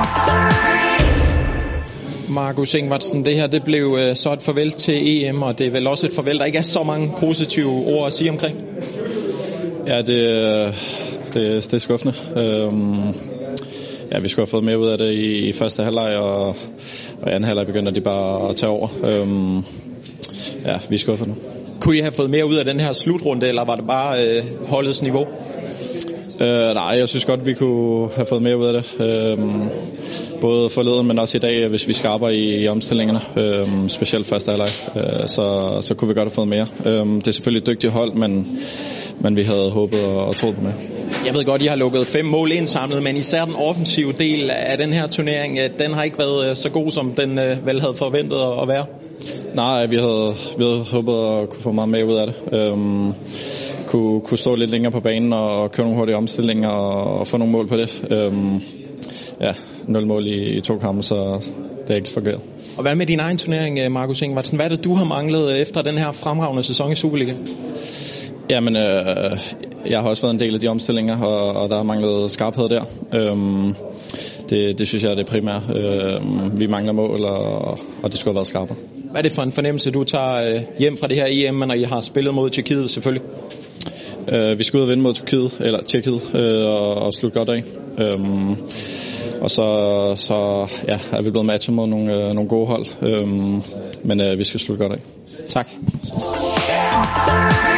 Marcus Ingvartsen, det her det blev så et farvel til EM, og det er vel også et farvel, der ikke er så mange positive ord at sige omkring. Ja, det er skuffende. Ja, vi skulle have fået mere ud af det i første halvleg, og i anden halvleg begynder de bare at tage over. Ja, vi er skuffede nu. Kunne I have fået mere ud af den her slutrunde, eller var det bare holdets niveau? Nej, jeg synes godt, vi kunne have fået mere ud af det. Både forleden, men også i dag, hvis vi skarper i omstillingerne. Specielt første halvleg. Så kunne vi godt have fået mere. Det er selvfølgelig et dygtigt hold, men vi havde håbet og troet på mere. Jeg ved godt, I har lukket 5 mål indsamlet, men især den offensive del af den her turnering, den har ikke været så god, som den vel havde forventet at være. Nej, vi havde håbet at kunne få meget mere ud af det. Kunne stå lidt længere på banen og køre nogle hurtige omstillinger og få nogle mål på det. Ja, 0 mål i 2 kampe, så det er ikke fungeret. Og hvad med din egen turnering, Marcus Ingvartsen? Hvad er det, du har manglet efter den her fremragende sæson i Superliga? Jamen, jeg har også været en del af de omstillinger, og der har manglet skarphed der. Det synes jeg er det primære. Vi mangler mål, og det skulle have været skarpere. Hvad er det for en fornemmelse, du tager hjem fra det her EM, når I har spillet mod Tjekkiet selvfølgelig? Vi skal ud og vinde mod Tjekkiet og slutte godt af. Og så ja, er vi blevet matchet mod nogle gode hold. Men vi skal slutte godt af. Tak.